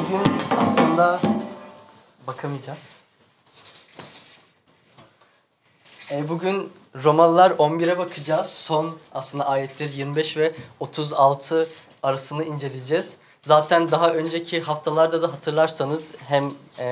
Bugün aslında bakamayacağız. Bugün Romalılar 11'e bakacağız. Son aslında ayetler 25 ve 36 arasını inceleyeceğiz. Zaten daha önceki haftalarda da hatırlarsanız hem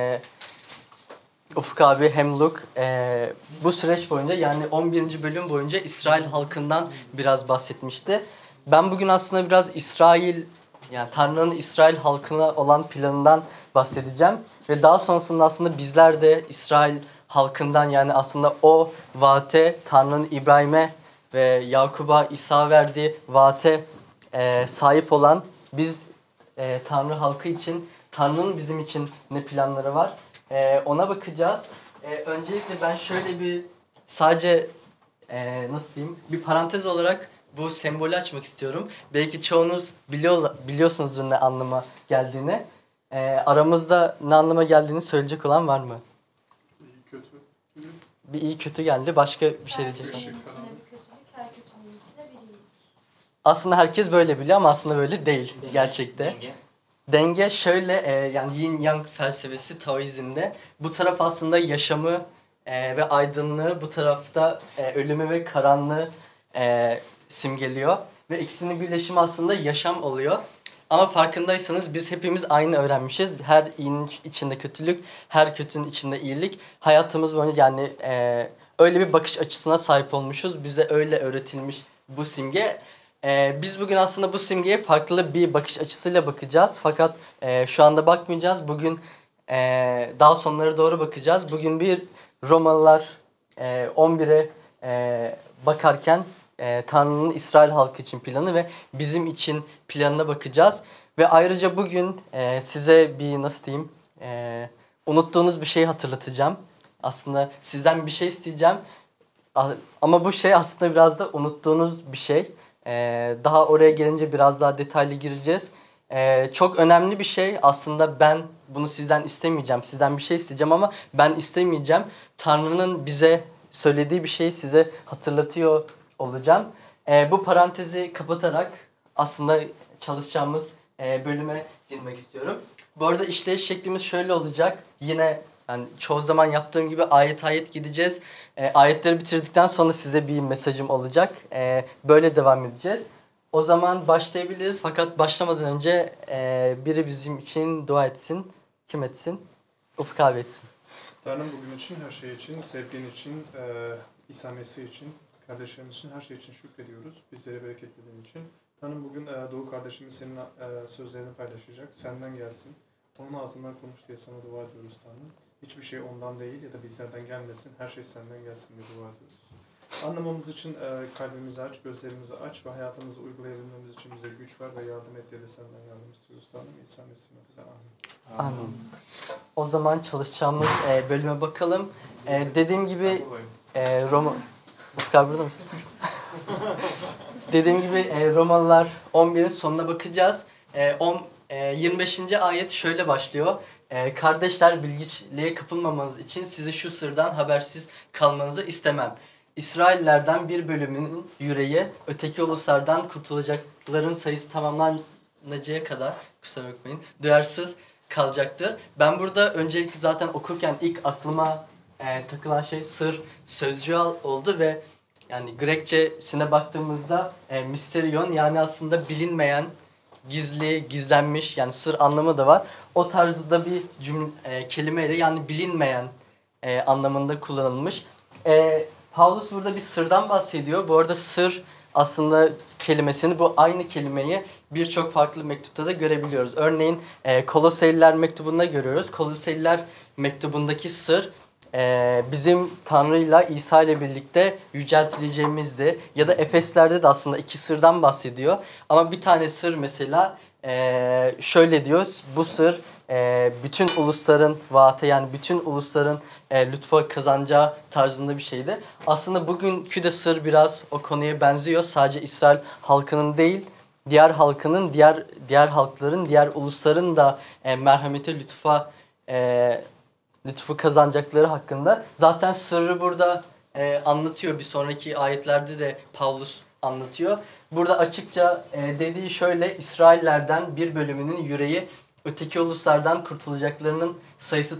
Ufuk abi hem Luke bu süreç boyunca yani 11. bölüm boyunca İsrail halkından biraz bahsetmişti. Ben bugün aslında biraz İsrail yani Tanrı'nın İsrail halkına olan planından bahsedeceğim. Ve daha sonrasında aslında bizler de İsrail halkından yani aslında o vaate Tanrı'nın İbrahim'e ve Yakub'a İsa verdiği vaate sahip olan biz Tanrı halkı için Tanrı'nın bizim için ne planları var ona bakacağız. Öncelikle ben şöyle bir sadece nasıl diyeyim bir parantez olarak bu sembolü açmak istiyorum. Belki çoğunuz biliyorsunuzdur ne anlama geldiğini. Aramızda ne anlama geldiğini söyleyecek olan var mı? İyi kötü. Bir iyi kötü geldi. Başka bir şey diyecek. Her kötünün içine bir kötülük, her kötünün içine bir iyilik. Aslında herkes böyle biliyor ama aslında böyle değil gerçekte. Denge. Denge şöyle yani Yin Yang felsefesi Taoizm'de bu taraf aslında yaşamı ve aydınlığı, bu tarafta ölümü ve karanlığı simgeliyor. Ve ikisinin birleşimi aslında yaşam oluyor. Ama farkındaysanız biz hepimiz aynı öğrenmişiz. Her iyinin içinde kötülük, her kötünün içinde iyilik. Hayatımız boyunca yani öyle bir bakış açısına sahip olmuşuz. Bize öyle öğretilmiş bu simge. Biz bugün aslında bu simgeye farklı bir bakış açısıyla bakacağız. Fakat şu anda bakmayacağız. Bugün daha sonlara doğru bakacağız. Bugün bir Romalılar 11'e bakarken Tanrı'nın İsrail halkı için planı ve bizim için planına bakacağız. Ve ayrıca bugün size bir nasıl diyeyim unuttuğunuz bir şeyi hatırlatacağım. Aslında sizden bir şey isteyeceğim. Ama bu şey aslında biraz da unuttuğunuz bir şey. Daha oraya gelince biraz daha detaylı gireceğiz. Çok önemli bir şey. Aslında ben bunu sizden istemeyeceğim. Sizden bir şey isteyeceğim ama ben istemeyeceğim. Tanrı'nın bize söylediği bir şeyi size hatırlatıyor olacağım. Bu parantezi kapatarak aslında çalışacağımız bölüme girmek istiyorum. Bu arada işleyiş şeklimiz şöyle olacak. Yine yani çoğu zaman yaptığım gibi ayet ayet gideceğiz. Ayetleri bitirdikten sonra size bir mesajım olacak. Böyle devam edeceğiz. O zaman başlayabiliriz. Fakat başlamadan önce biri bizim için dua etsin. Kim etsin? Ufuk abi etsin. Tanrım bugün için, her şey için, sevgin için, İsa Mesih için, kardeşlerimiz için, her şey için şükrediyoruz. Bizlere bereketlediğin için. Tanrım bugün Doğu kardeşimiz senin sözlerini paylaşacak. Senden gelsin. Onun ağzından konuş diye sana dua ediyoruz Tanrım. Hiçbir şey ondan değil ya da bizlerden gelmesin. Her şey senden gelsin diye dua ediyoruz. Anlamamız için kalbimizi aç, gözlerimizi aç ve hayatımızı uygulayabilmemiz için bize güç ver ve yardım et diye de senden yardım istiyoruz Tanrım. İsa Mesih'in adıyla amin. Amin. O zaman çalışacağımız bölüme bakalım. Dediğim gibi Ufuk abi burada mısın? Dediğim gibi Romalılar 11'in sonuna bakacağız. 25. ayet şöyle başlıyor. Kardeşler bilgiçliğe kapılmamanız için sizi şu sırdan habersiz kalmanızı istemem. İsraillerden bir bölümünün yüreği öteki uluslardan kurtulacakların sayısı tamamlanacağı kadar kusura bakmayın duyarsız kalacaktır. Ben burada öncelikle zaten okurken ilk aklıma takılan şey sır sözcüğü oldu ve yani Grekçesine baktığımızda mysterion yani aslında bilinmeyen, gizli, gizlenmiş yani sır anlamı da var. O tarzda bir kelimeyle yani bilinmeyen anlamında kullanılmış. Paulus burada bir sırdan bahsediyor. Bu arada sır aslında kelimesini bu aynı kelimeyi birçok farklı mektupta da görebiliyoruz. Örneğin Koloseliler mektubunda görüyoruz. Koloseliler mektubundaki sır bizim Tanrı'yla İsa ile birlikte yüceltileceğimizdi. Ya da Efeslerde de aslında iki sırdan bahsediyor. Ama bir tane sır mesela şöyle diyor. Bu sır bütün ulusların vaate yani bütün ulusların lütfa kazanacağı tarzında bir şeydi. Aslında bugünkü de sır biraz o konuya benziyor. Sadece İsrail halkının değil, diğer halkının, diğer halkların, diğer ulusların da merhamete, lütfu kazanacakları hakkında. Zaten sırrı burada anlatıyor. Bir sonraki ayetlerde de Paulus anlatıyor. Burada açıkça dediği şöyle: İsraillerden bir bölümünün yüreği öteki uluslardan kurtulacaklarının sayısı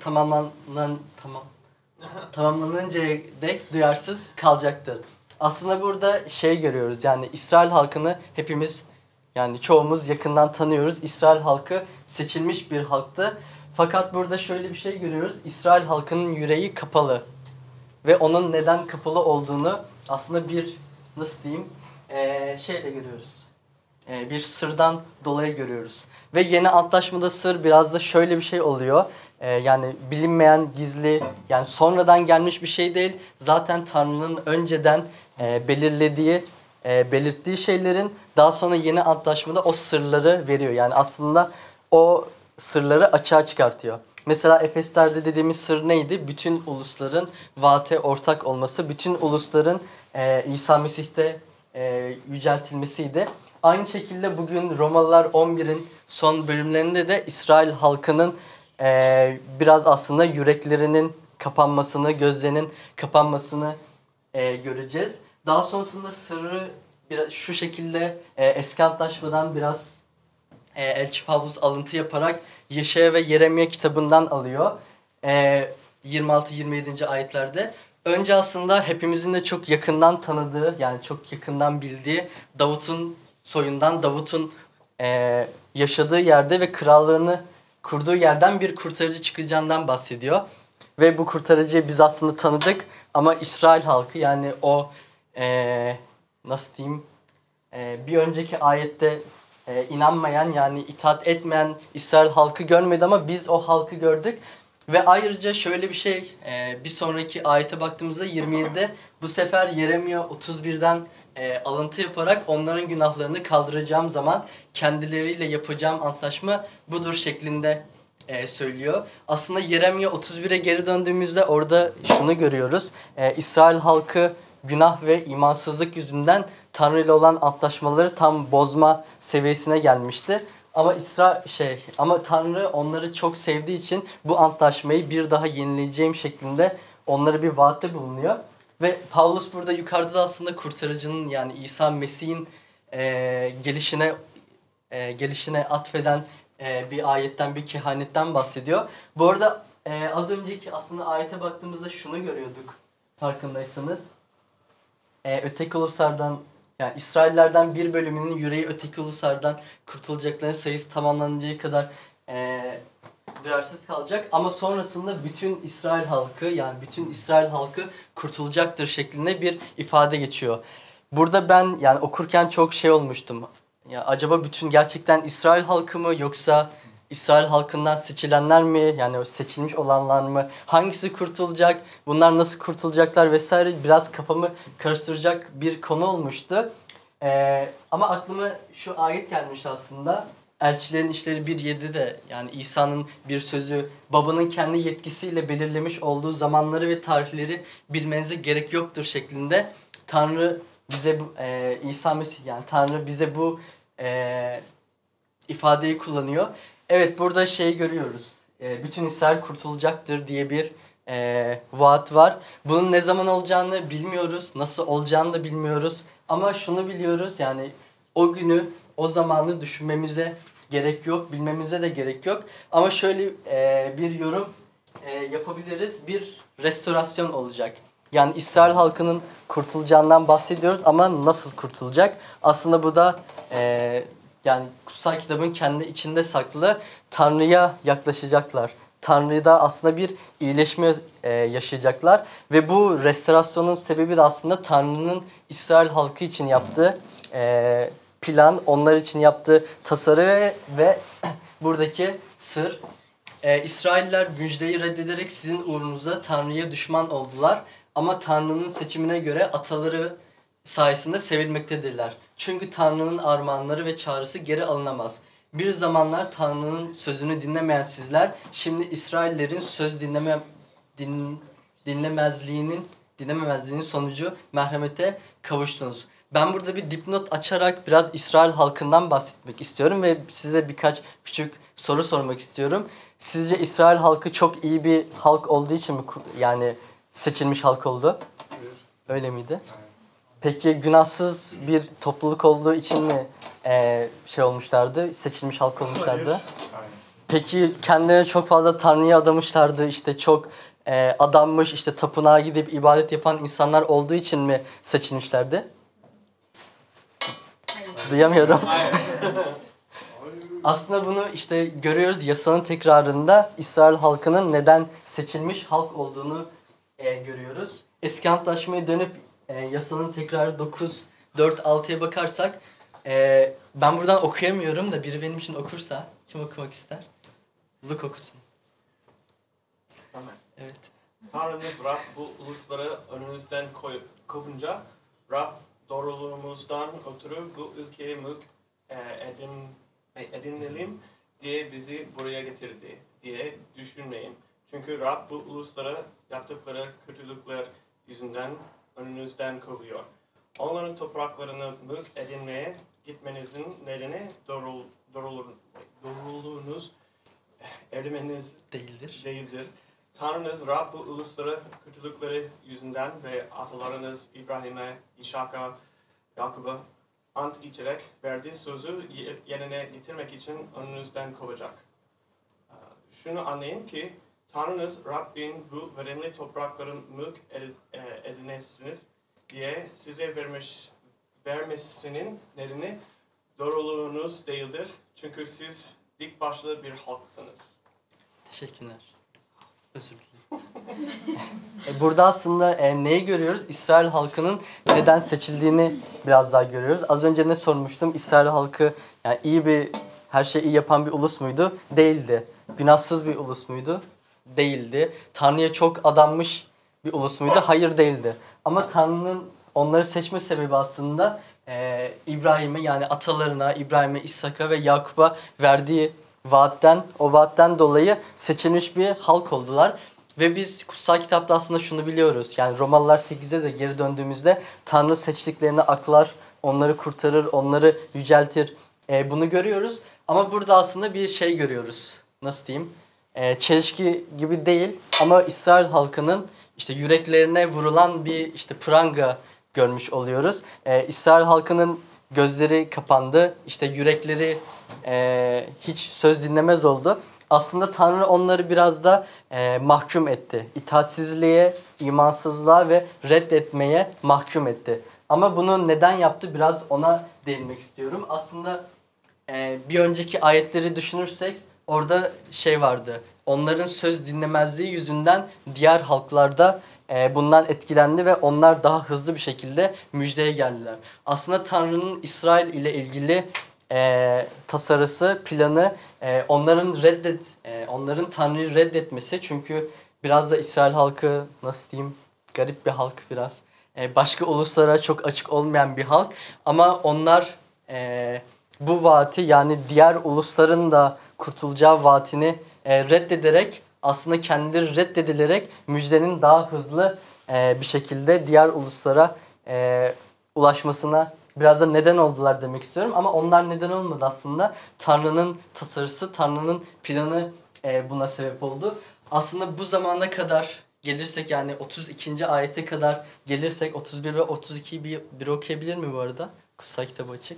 tamamlanıncaya dek duyarsız kalacaktır. Aslında burada şey görüyoruz, yani İsrail halkını hepimiz, yani çoğumuz yakından tanıyoruz. İsrail halkı seçilmiş bir halktı. Fakat burada şöyle bir şey görüyoruz. İsrail halkının yüreği kapalı. Ve onun neden kapalı olduğunu aslında bir, nasıl diyeyim, şeyle görüyoruz. Bir sırdan dolayı görüyoruz. Ve yeni antlaşmada sır biraz da şöyle bir şey oluyor. Yani bilinmeyen, gizli, yani sonradan gelmiş bir şey değil. Zaten Tanrı'nın önceden belirttiği şeylerin daha sonra yeni antlaşmada o sırları veriyor. Yani aslında o sırları açığa çıkartıyor. Mesela Efesler'de dediğimiz sır neydi? Bütün ulusların vaate ortak olması, bütün ulusların İsa Mesih'te yüceltilmesiydi. Aynı şekilde bugün Romalılar 11'in son bölümlerinde de İsrail halkının biraz aslında yüreklerinin kapanmasını, gözlerinin kapanmasını göreceğiz. Daha sonrasında sırrı biraz şu şekilde eski antlaşmadan biraz Elçi Pavlus alıntı yaparak Yeşaya ve Yeremye kitabından alıyor. 26-27. ayetlerde. Önce aslında hepimizin de çok yakından tanıdığı, yani çok yakından bildiği Davut'un soyundan, Davut'un yaşadığı yerde ve krallığını kurduğu yerden bir kurtarıcı çıkacağından bahsediyor. Ve bu kurtarıcıyı biz aslında tanıdık ama İsrail halkı, yani o nasıl diyeyim, bir önceki ayette inanmayan, yani itaat etmeyen İsrail halkı görmedi ama biz o halkı gördük. Ve ayrıca şöyle bir şey, bir sonraki ayete baktığımızda 27'de bu sefer Yeremye 31'den alıntı yaparak onların günahlarını kaldıracağım zaman kendileriyle yapacağım antlaşma budur şeklinde söylüyor. Aslında Yeremye 31'e geri döndüğümüzde orada şunu görüyoruz. İsrail halkı günah ve imansızlık yüzünden Tanrı ile olan antlaşmaları tam bozma seviyesine gelmişti. Ama Tanrı onları çok sevdiği için bu antlaşmayı bir daha yenileyeceğim şeklinde onlara bir vaatte bulunuyor. Ve Pavlus burada yukarıda da aslında kurtarıcının, yani İsa Mesih'in gelişine atfeden bir ayetten, bir kehanetten bahsediyor. Bu arada az önceki aslında ayete baktığımızda şunu görüyorduk, farkındaysanız. Öteki uluslardan, yani İsraillerden bir bölümünün yüreği öteki uluslardan kurtulacaklarının sayısı tamamlanıncaya kadar duyarsız kalacak. Ama sonrasında bütün İsrail halkı, yani bütün İsrail halkı kurtulacaktır şeklinde bir ifade geçiyor. Burada ben yani okurken çok şey olmuştum. Ya acaba bütün gerçekten İsrail halkı mı, yoksa İsrail halkından seçilenler mi? Yani o seçilmiş olanlar mı? Hangisi kurtulacak? Bunlar nasıl kurtulacaklar vesaire, biraz kafamı karıştıracak bir konu olmuştu. Ama aklıma şu ayet gelmiş aslında. Elçilerin İşleri 1.7'de, yani İsa'nın bir sözü, babanın kendi yetkisiyle belirlemiş olduğu zamanları ve tarihleri bilmenize gerek yoktur şeklinde Tanrı bize İsa Mesih, yani Tanrı bize bu ifadeyi kullanıyor. Evet, burada şey görüyoruz. Bütün İsrail kurtulacaktır diye bir vaat var. Bunun ne zaman olacağını bilmiyoruz. Nasıl olacağını da bilmiyoruz. Ama şunu biliyoruz, yani o günü, o zamanı düşünmemize gerek yok. Bilmemize de gerek yok. Ama şöyle bir yorum yapabiliriz. Bir restorasyon olacak. Yani İsrail halkının kurtulacağından bahsediyoruz ama nasıl kurtulacak? Aslında bu da yani kutsal kitabın kendi içinde saklı, Tanrı'ya yaklaşacaklar. Tanrı'da aslında bir iyileşme yaşayacaklar. Ve bu restorasyonun sebebi de aslında Tanrı'nın İsrail halkı için yaptığı plan, onlar için yaptığı tasarı ve buradaki sır. İsrailler müjdeyi reddederek sizin uğrunuza Tanrı'ya düşman oldular. Ama Tanrı'nın seçimine göre ataları sayesinde sevilmektedirler. Çünkü Tanrı'nın armağanları ve çağrısı geri alınamaz. Bir zamanlar Tanrı'nın sözünü dinlemeyen sizler, şimdi İsraillerin söz dinlememezliğinin sonucu merhamete kavuştunuz. Ben burada bir dipnot açarak biraz İsrail halkından bahsetmek istiyorum ve size birkaç küçük soru sormak istiyorum. Sizce İsrail halkı çok iyi bir halk olduğu için mi, yani seçilmiş halk oldu? Öyle miydi? Peki günahsız bir topluluk olduğu için mi şey olmuşlardı, seçilmiş halk olmuşlardı? Hayır. Peki kendilerine çok fazla Tanrı'ya adamışlardı, işte çok adanmış, işte tapınağa gidip ibadet yapan insanlar olduğu için mi seçilmişlerdi? Duyamıyorum. Aslında bunu işte görüyoruz yasanın tekrarında İsrail halkının neden seçilmiş halk olduğunu görüyoruz. Eski Antlaşma'ya dönüp yasanın tekrarı 9.4.6'ya bakarsak ben buradan okuyamıyorum da biri benim için okursa, kim okumak ister? Luke okusun. Tamam. Evet. Tanrınız Rab bu ulusları önünüzden kovunca Rab doğruluğumuzdan ötürü bu ülkeye mülk edinelim diye bizi buraya getirdi diye düşünmeyin. Çünkü Rab bu ulusları yaptıkları kötülükler yüzünden önünüzden kovuyor. Onların topraklarını mülk edinmeye gitmenizin nedeni doğruluğunuz erdemeniz değildir. Tanrınız Rab bu ulusları kötülükleri yüzünden ve atalarınız İbrahim'e, İshak'a, Yakub'a ant içerek verdiği sözü yerine getirmek için önünüzden kovacak. Şunu anlayın ki Tanrınız Rabbin bu verimli toprakların mülk edinesiniz diye size vermesinin nedeni doğruluğunuz değildir. Çünkü siz dik başlı bir halksınız. Teşekkürler. Özür dilerim. Burada aslında neyi görüyoruz? İsrail halkının neden seçildiğini biraz daha görüyoruz. Az önce ne sormuştum? İsrail halkı yani her şeyi iyi yapan bir ulus muydu? Değildi. Günahsız bir ulus muydu? Değildi. Tanrı'ya çok adanmış bir ulus muydu? Hayır, değildi. Ama Tanrı'nın onları seçme sebebi aslında İbrahim'e, yani atalarına, İbrahim'e, İshak'a ve Yakup'a verdiği o vaatten dolayı seçilmiş bir halk oldular. Ve biz kutsal kitapta aslında şunu biliyoruz. Yani Romalılar 8'e de geri döndüğümüzde Tanrı seçtiklerini aklar, onları kurtarır, onları yüceltir. Bunu görüyoruz. Ama burada aslında bir şey görüyoruz. Nasıl diyeyim? Çelişki gibi değil ama İsrail halkının işte yüreklerine vurulan bir işte pranga görmüş oluyoruz. İsrail halkının gözleri kapandı. İşte yürekleri hiç söz dinlemez oldu. Aslında Tanrı onları biraz da mahkum etti. İtaatsizliğe, imansızlığa ve reddetmeye mahkum etti. Ama bunu neden yaptı? Biraz ona değinmek istiyorum. Aslında bir önceki ayetleri düşünürsek orada şey vardı. Onların söz dinlemezliği yüzünden diğer halklarda bundan etkilendi ve onlar daha hızlı bir şekilde müjdeye geldiler. Aslında Tanrı'nın İsrail ile ilgili tasarısı, planı onların Tanrı'yı reddetmesi. Çünkü biraz da İsrail halkı, nasıl diyeyim, garip bir halk biraz. Başka uluslara çok açık olmayan bir halk. Ama onlar bu vaati, yani diğer ulusların da kurtulacağı vaatini reddederek, aslında kendileri reddedilerek müjdenin daha hızlı bir şekilde diğer uluslara ulaşmasına biraz da neden oldular demek istiyorum. Ama onlar neden olmadı aslında. Tanrı'nın tasarısı, Tanrı'nın planı buna sebep oldu. Aslında bu zamana kadar gelirsek, yani 32. ayete kadar gelirsek, 31 ve 32'yi bir okuyabilir mi bu arada? Kutsal kitabı açık.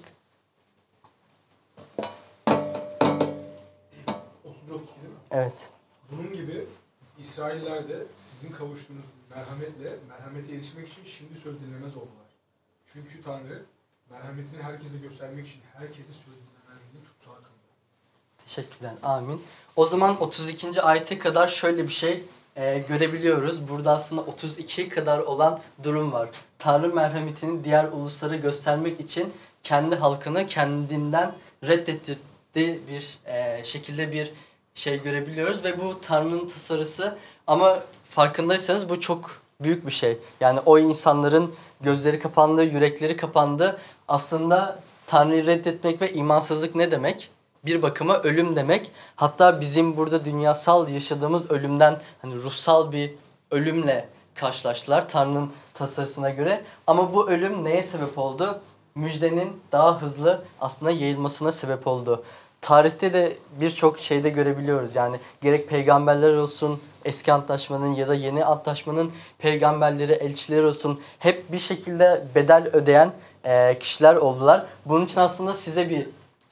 34 değil mi? Evet. Bunun gibi İsrailler de sizin kavuştuğunuz merhamete erişmek için şimdi söz dinlemez oldular. Çünkü Tanrı merhametini herkese göstermek için herkesi söz dinlemezliğini tutsağa kıldı. Teşekkürler. Amin. O zaman 32. ayete kadar şöyle bir şey görebiliyoruz. Burada aslında 32'ye kadar olan durum var. Tanrı merhametini diğer uluslara göstermek için kendi halkını kendinden reddettirdiği bir şekilde bir şey görebiliyoruz. Ve bu Tanrı'nın tasarısı, ama farkındaysanız bu çok büyük bir şey. Yani o insanların gözleri kapandı, yürekleri kapandı. Aslında Tanrı'yı reddetmek ve imansızlık ne demek? Bir bakıma ölüm demek. Hatta bizim burada dünyasal yaşadığımız ölümden, hani ruhsal bir ölümle karşılaştılar Tanrı'nın tasarısına göre. Ama bu ölüm neye sebep oldu? Müjdenin daha hızlı aslında yayılmasına sebep oldu. Tarihte de birçok şeyde görebiliyoruz. Yani gerek peygamberler olsun, eski antlaşmanın ya da yeni antlaşmanın peygamberleri, elçileri olsun, hep bir şekilde bedel ödeyen kişiler oldular. Bunun için aslında size bir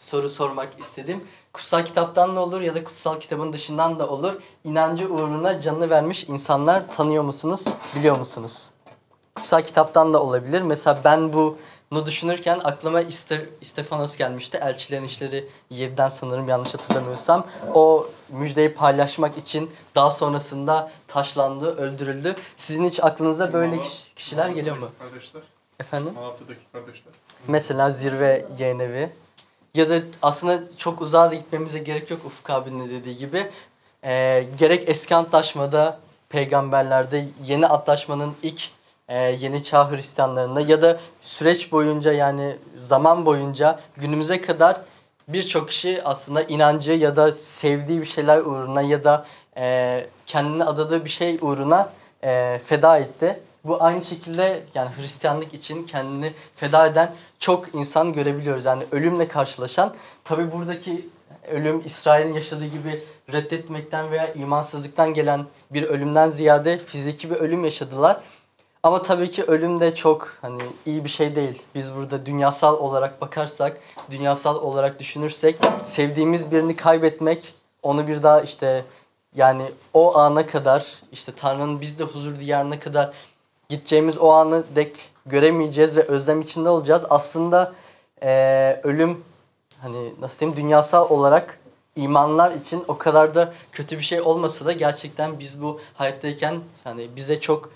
soru sormak istedim. Kutsal kitaptan da olur ya da kutsal kitabın dışından da olur. İnancı uğruna canını vermiş insanlar tanıyor musunuz, biliyor musunuz? Kutsal kitaptan da olabilir. Mesela ben bunu düşünürken aklıma İstefanos gelmişti. Elçilerin İşleri 7'den sanırım, yanlış hatırlamıyorsam. O müjdeyi paylaşmak için daha sonrasında taşlandı, öldürüldü. Sizin hiç aklınıza böyle kişiler geliyor mu? Kardeşler, Efendim? Malatya'daki kardeşler. Mesela Zirve Yayınevi. Ya da aslında çok uzağa da gitmemize gerek yok, Ufuk abinin de dediği gibi. Gerek eski antlaşmada, peygamberlerde, yeni antlaşmanın ilk yeni çağ Hristiyanlarında ya da süreç boyunca, yani zaman boyunca günümüze kadar birçok kişi aslında inancı ya da sevdiği bir şeyler uğruna ya da kendine adadığı bir şey uğruna feda etti. Bu aynı şekilde yani Hristiyanlık için kendini feda eden çok insan görebiliyoruz. Yani ölümle karşılaşan, tabi buradaki ölüm İsrail'in yaşadığı gibi reddetmekten veya imansızlıktan gelen bir ölümden ziyade fiziki bir ölüm yaşadılar. Ama tabii ki ölüm de çok iyi bir şey değil. Biz burada dünyasal olarak bakarsak, dünyasal olarak düşünürsek, sevdiğimiz birini kaybetmek, onu bir daha yani o ana kadar, Tanrı'nın bizde huzur diyarına kadar gideceğimiz o anı dek göremeyeceğiz ve özlem içinde olacağız. Aslında ölüm nasıl diyeyim, dünyasal olarak imanlar için o kadar da kötü bir şey olmasa da gerçekten biz bu hayattayken bize çok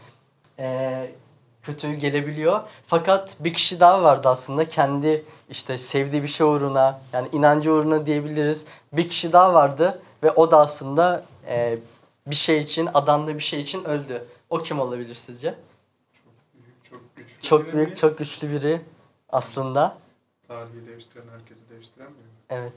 kötü gelebiliyor. Fakat bir kişi daha vardı aslında, kendi sevdiği bir şey uğruna, yani inancı uğruna diyebiliriz. Bir kişi daha vardı ve o da aslında bir şey için, adandığı bir şey için öldü. O kim olabilir sizce? Çok güçlü. Çok büyük, çok güçlü biri aslında. Tarihi değiştiren, herkesi değiştiren mi? Evet.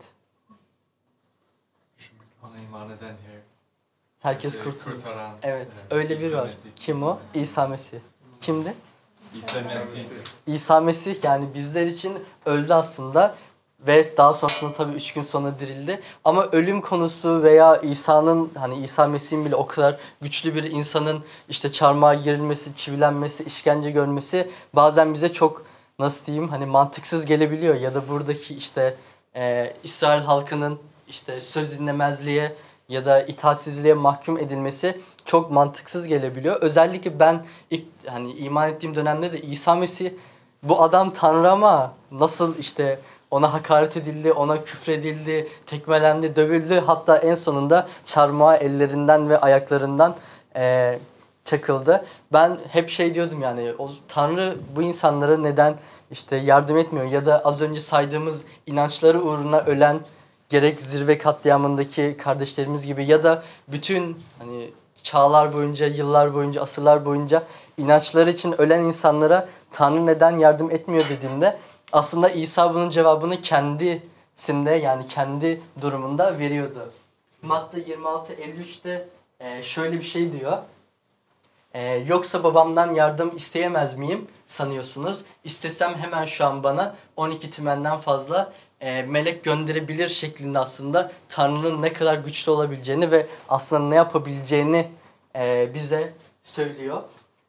Düşünmek Ona lazım. iman eden Herkes herkesi kurtuldu. kurtaran. Evet, öyle biri İsa var. Mesih. Kim o? İsa Mesih. Kimdi? İsa Mesih. İsa Mesih yani bizler için öldü aslında ve daha sonrasında tabii 3 gün sonra dirildi. Ama ölüm konusu veya İsa'nın, İsa Mesih'in bile o kadar güçlü bir insanın çarmıha gerilmesi, çivilenmesi, işkence görmesi bazen bize çok, nasıl diyeyim, mantıksız gelebiliyor. Ya da buradaki İsrail halkının söz dinlemezliğe ya da itaatsizliğe mahkum edilmesi çok mantıksız gelebiliyor. Özellikle ben ilk iman ettiğim dönemde de İsa Mesih, bu adam Tanrı ama nasıl ona hakaret edildi, ona küfredildi, tekmelendi, dövüldü. Hatta en sonunda çarmıha ellerinden ve ayaklarından çakıldı. Ben hep diyordum, yani o Tanrı bu insanlara neden yardım etmiyor ya da az önce saydığımız inançları uğruna ölen, gerek zirve katliamındaki kardeşlerimiz gibi ya da bütün çağlar boyunca, yıllar boyunca, asırlar boyunca inançları için ölen insanlara Tanrı neden yardım etmiyor dediğimde aslında İsa bunun cevabını kendisinde, yani kendi durumunda veriyordu. Matta 26:53'te şöyle bir şey diyor. Yoksa babamdan yardım isteyemez miyim sanıyorsunuz? İstesem hemen şu an bana 12 tümenden fazla melek gönderebilir şeklinde aslında Tanrı'nın ne kadar güçlü olabileceğini ve aslında ne yapabileceğini bize söylüyor.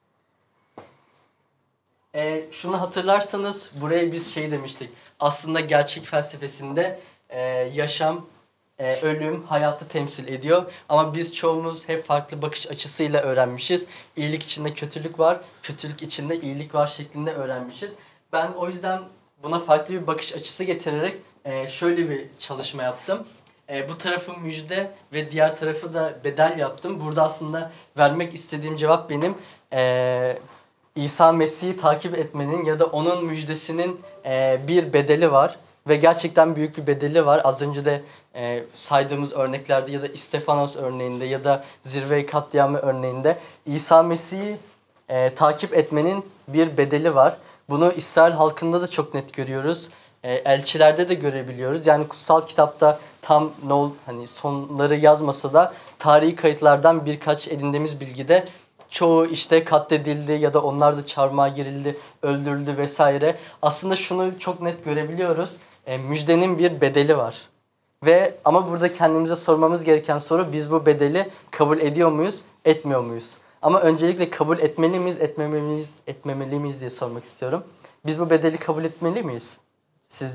Şunu hatırlarsanız buraya biz demiştik. Aslında gerçek felsefesinde yaşam, ölüm, hayatı temsil ediyor. Ama biz çoğumuz hep farklı bakış açısıyla öğrenmişiz. İyilik içinde kötülük var, kötülük içinde iyilik var şeklinde öğrenmişiz. Ben o yüzden buna farklı bir bakış açısı getirerek şöyle bir çalışma yaptım. Bu tarafı müjde ve diğer tarafı da bedel yaptım. Burada aslında vermek istediğim cevap benim İsa Mesih'i takip etmenin ya da onun müjdesinin bir bedeli var. Ve gerçekten büyük bir bedeli var. Az önce de saydığımız örneklerde ya da İstefanos örneğinde ya da zirve katliamı örneğinde İsa Mesih'i takip etmenin bir bedeli var. Bunu İsrail halkında da çok net görüyoruz. Elçilerde de görebiliyoruz. Yani kutsal kitapta tam sonları yazmasa da tarihi kayıtlardan birkaç edindiğimiz bilgide çoğu katledildi ya da onlar da çarmıha gerildi, öldürüldü vesaire. Aslında şunu çok net görebiliyoruz. Müjdenin bir bedeli var. Ama burada kendimize sormamız gereken soru, biz bu bedeli kabul ediyor muyuz, etmiyor muyuz? Ama öncelikle kabul etmeli miyiz, etmemeli miyiz diye sormak istiyorum. Biz bu bedeli kabul etmeli miyiz sizce?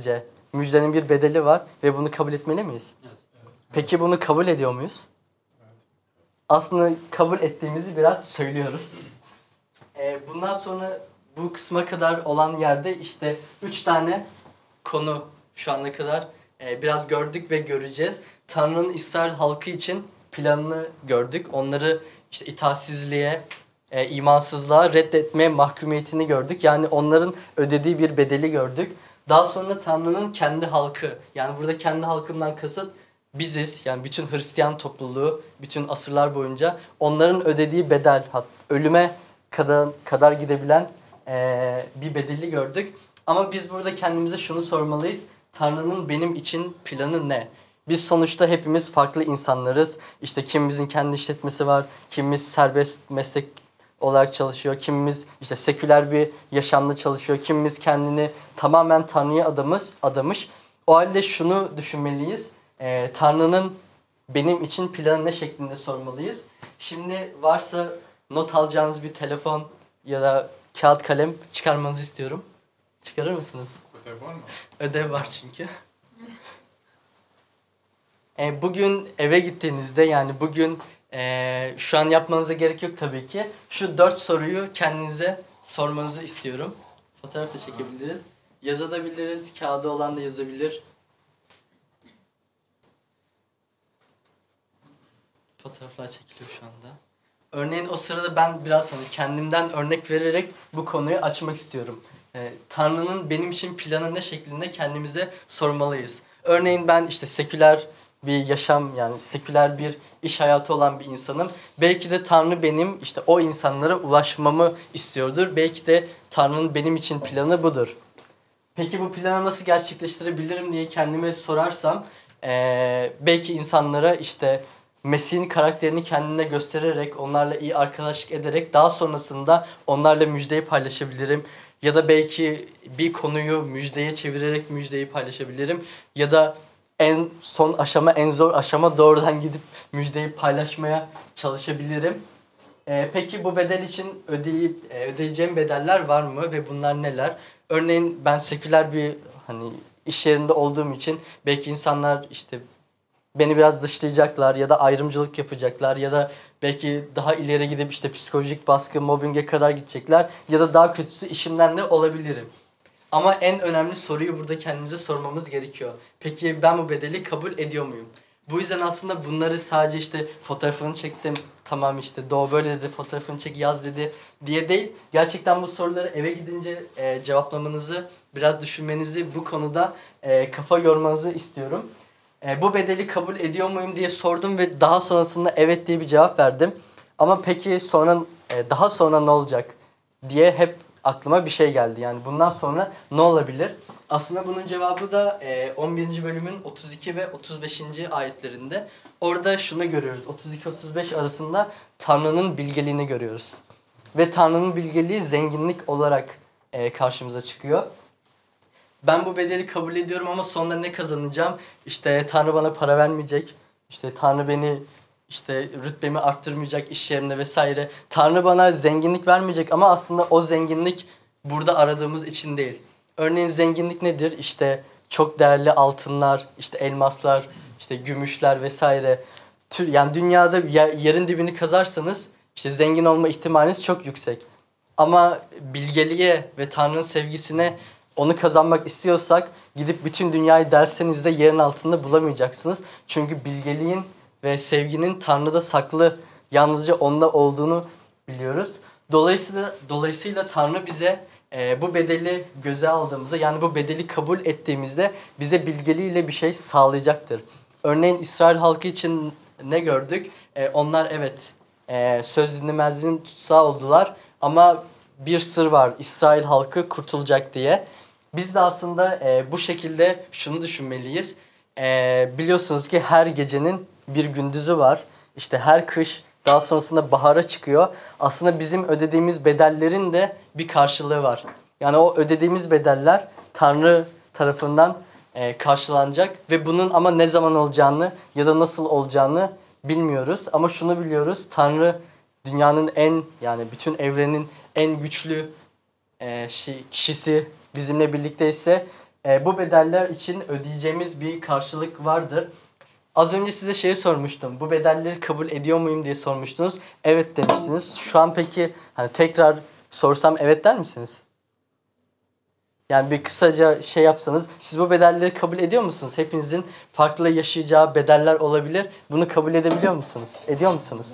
müjdenin bir bedeli var ve bunu kabul etmeli miyiz? Evet. Peki bunu kabul ediyor muyuz? Aslında kabul ettiğimizi biraz söylüyoruz. Bundan sonra bu kısma kadar olan yerde işte 3 tane konu şu ana kadar biraz gördük ve göreceğiz. Tanrı'nın İsrail halkı için planını gördük. Onları işte itaatsizliğe, imansızlığa, reddetmeye mahkumiyetini gördük. Yani onların ödediği bir bedeli gördük. Daha sonra Tanrı'nın kendi halkı, yani burada kendi halkından kasıt biziz. Yani bütün Hristiyan topluluğu, bütün asırlar boyunca onların ödediği bedel, ölüme kadar gidebilen bir bedeli gördük. Ama biz burada kendimize şunu sormalıyız. Tanrı'nın benim için planı ne? Biz sonuçta hepimiz farklı insanlarız. İşte kimimizin kendi işletmesi var, kimimiz serbest meslek olarak çalışıyor, kimimiz işte seküler bir yaşamda çalışıyor, kimimiz kendini tamamen Tanrı'ya adamış. O halde şunu düşünmeliyiz. Tanrı'nın benim için planı ne şeklinde sormalıyız. Şimdi varsa not alacağınız bir telefon ya da kağıt kalem çıkarmanızı istiyorum. Çıkarır mısınız? Ödev var mı? Ödev var çünkü. Bugün eve gittiğinizde, yani bugün şu an yapmanıza gerek yok tabii ki. Şu 4 soruyu kendinize sormanızı istiyorum. Fotoğraf da çekebiliriz. Yazabiliriz. Kağıdı olan da yazabilir. Fotoğraflar çekiliyor şu anda. Örneğin o sırada ben biraz kendimden örnek vererek bu konuyu açmak istiyorum. Tanrı'nın benim için planı ne şeklinde kendimize sormalıyız. Örneğin ben işte seküler bir yaşam, yani seküler bir iş hayatı olan bir insanım. Belki de Tanrı benim işte o insanlara ulaşmamı istiyordur. Belki de Tanrı'nın benim için planı budur. Peki bu planı nasıl gerçekleştirebilirim diye kendime sorarsam belki insanlara işte Mesih'in karakterini kendine göstererek, onlarla iyi arkadaşlık ederek daha sonrasında onlarla müjdeyi paylaşabilirim. Ya da belki bir konuyu müjdeye çevirerek müjdeyi paylaşabilirim. Ya da en son aşama, en zor aşama doğrudan gidip müjdeyi paylaşmaya çalışabilirim. Peki bu bedel için ödeyeceğim bedeller var mı ve bunlar neler? Örneğin ben seküler bir iş yerinde olduğum için belki insanlar işte beni biraz dışlayacaklar ya da ayrımcılık yapacaklar ya da belki daha ileri gidip işte psikolojik baskı, mobbinge kadar gidecekler ya da daha kötüsü işimden de olabilirim. Ama en önemli soruyu burada kendimize sormamız gerekiyor. Peki ben bu bedeli kabul ediyor muyum? Bu yüzden aslında bunları sadece işte fotoğrafını çektim, tamam işte Doğu böyle dedi, fotoğrafını çek yaz dedi diye değil. Gerçekten bu soruları eve gidince cevaplamanızı, biraz düşünmenizi, bu konuda kafa yormanızı istiyorum. Bu bedeli kabul ediyor muyum diye sordum ve daha sonrasında evet diye bir cevap verdim. Ama peki sonra daha sonra ne olacak diye hep aklıma bir şey geldi. Yani bundan sonra ne olabilir? Aslında bunun cevabı da 11. bölümün 32 ve 35. ayetlerinde. Orada şunu görüyoruz. 32-35 arasında Tanrı'nın bilgeliğini görüyoruz. Ve Tanrı'nın bilgeliği zenginlik olarak karşımıza çıkıyor. Ben bu bedeli kabul ediyorum ama sonunda ne kazanacağım? İşte Tanrı bana para vermeyecek. İşte Tanrı beni rütbemi arttırmayacak iş yerimde vesaire. Tanrı bana zenginlik vermeyecek ama aslında o zenginlik burada aradığımız için değil. Örneğin zenginlik nedir? İşte çok değerli altınlar, işte elmaslar, işte gümüşler vesaire. Yani dünyada yerin dibini kazarsanız işte zengin olma ihtimaliniz çok yüksek. Ama bilgeliğe ve Tanrı'nın sevgisine onu kazanmak istiyorsak gidip bütün dünyayı derseniz de yerin altında bulamayacaksınız. Çünkü bilgeliğin ve sevginin Tanrı'da saklı, yalnızca onda olduğunu biliyoruz. Dolayısıyla Tanrı bize bu bedeli göze aldığımızda, yani bu bedeli kabul ettiğimizde bize bilgeliğiyle bir şey sağlayacaktır. Örneğin İsrail halkı için ne gördük? Onlar evet söz dinlemezliğin tutsağı oldular ama bir sır var, İsrail halkı kurtulacak diye. Biz de aslında bu şekilde şunu düşünmeliyiz. Biliyorsunuz ki her gecenin bir gündüzü var. İşte her kış daha sonrasında bahara çıkıyor. Aslında bizim ödediğimiz bedellerin de bir karşılığı var. Yani o ödediğimiz bedeller Tanrı tarafından karşılanacak ve bunun ama ne zaman olacağını ya da nasıl olacağını bilmiyoruz. Ama şunu biliyoruz. Tanrı dünyanın yani bütün evrenin en güçlü kişisi bizimle birlikteyse bu bedeller için ödeyeceğimiz bir karşılık vardır. Az önce size şeyi sormuştum. Bu bedelleri kabul ediyor muyum diye sormuştunuz. Evet demiştiniz. Şu an peki hani tekrar sorsam evet der misiniz? Yani bir kısaca şey yapsanız, siz bu bedelleri kabul ediyor musunuz? Hepinizin farklı yaşayacağı bedeller olabilir. Bunu kabul edebiliyor musunuz? Ediyor musunuz?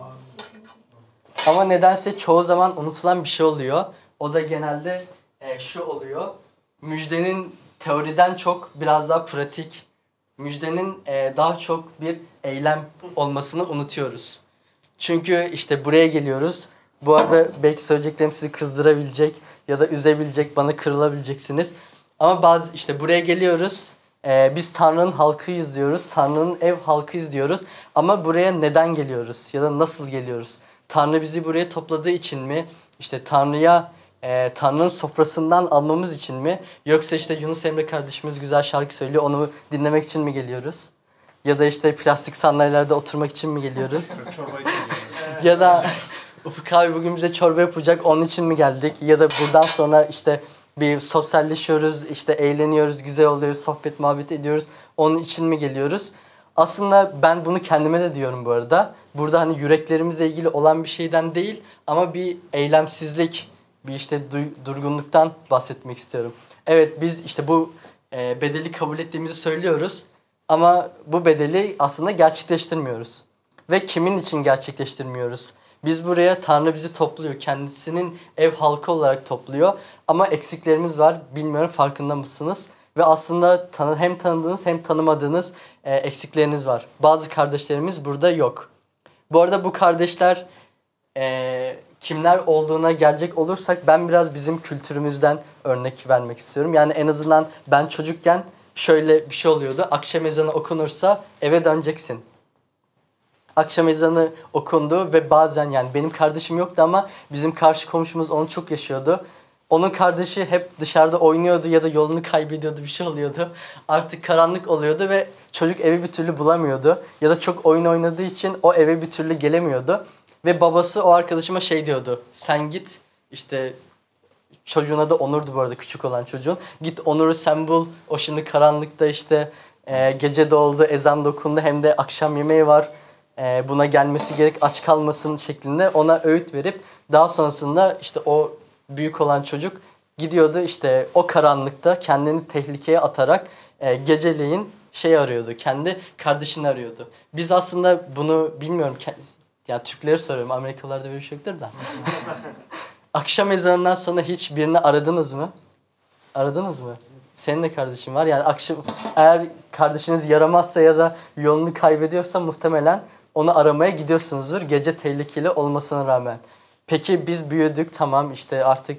Ama nedense çoğu zaman unutulan bir şey oluyor. O da genelde şu oluyor. Müjdenin teoriden çok biraz daha pratik, müjdenin daha çok bir eylem olmasını unutuyoruz. Çünkü işte buraya geliyoruz. Bu arada belki söyleyeceklerim sizi kızdırabilecek ya da üzebilecek, bana kırılabileceksiniz. Ama işte buraya geliyoruz. Biz Tanrı'nın halkıyız diyoruz. Tanrı'nın ev halkıyız diyoruz. Ama buraya neden geliyoruz? Ya da nasıl geliyoruz? Tanrı bizi buraya topladığı için mi? İşte Tanrı'nın sofrasından almamız için mi? Yoksa işte Yunus Emre kardeşimiz güzel şarkı söylüyor. Onu dinlemek için mi geliyoruz? Ya da işte plastik sandalyelerde oturmak için mi geliyoruz? Çorba içiyoruz. Ya da Ufuk abi bugün bize çorba yapacak, onun için mi geldik? Ya da buradan sonra işte bir sosyalleşiyoruz, işte eğleniyoruz, güzel oluyor, sohbet muhabbet ediyoruz. Onun için mi geliyoruz? Aslında ben bunu kendime de diyorum bu arada. Burada hani yüreklerimizle ilgili olan bir şeyden değil ama bir eylemsizlik, bir işte durgunluktan bahsetmek istiyorum. Evet, biz işte bu bedeli kabul ettiğimizi söylüyoruz ama bu bedeli aslında gerçekleştirmiyoruz. Ve kimin için gerçekleştirmiyoruz? Biz buraya Tanrı bizi topluyor. Kendisinin ev halkı olarak topluyor. Ama eksiklerimiz var. Bilmiyorum, farkında mısınız? Ve aslında hem tanıdığınız hem tanımadığınız eksikleriniz var. Bazı kardeşlerimiz burada yok. Bu arada bu kardeşler kimler olduğuna gelecek olursak ben biraz bizim kültürümüzden örnek vermek istiyorum. Yani en azından ben çocukken şöyle bir şey oluyordu. Akşam ezanı okunursa eve döneceksin. Akşam ezanı okundu ve bazen, yani benim kardeşim yoktu ama bizim karşı komşumuz onu çok yaşıyordu. Onun kardeşi hep dışarıda oynuyordu ya da yolunu kaybediyordu, bir şey oluyordu. Artık karanlık oluyordu ve çocuk evi bir türlü bulamıyordu. Ya da çok oyun oynadığı için o eve bir türlü gelemiyordu. Ve babası o arkadaşıma şey diyordu. Sen git, işte çocuğuna da Onur'du bu arada, küçük olan çocuğun. Git Onur'u sen bul. O şimdi karanlıkta işte gece doğdu, ezan dokundu, hem de akşam yemeği var. Buna gelmesi gerek, aç kalmasın şeklinde ona öğüt verip daha sonrasında işte o büyük olan çocuk gidiyordu, işte o karanlıkta kendini tehlikeye atarak geceleyin şey arıyordu, kendi kardeşini arıyordu. Biz aslında bunu bilmiyorum, yani Türkleri soruyorum, Amerikalılarda böyle bir şey yoktur da. Akşam ezanından sonra hiç birini aradınız mı? Aradınız mı? Senin de kardeşin var. Yani akşam eğer kardeşiniz yaramazsa ya da yolunu kaybediyorsa muhtemelen onu aramaya gidiyorsunuzdur, gece tehlikeli olmasına rağmen. Peki biz büyüdük, tamam, işte artık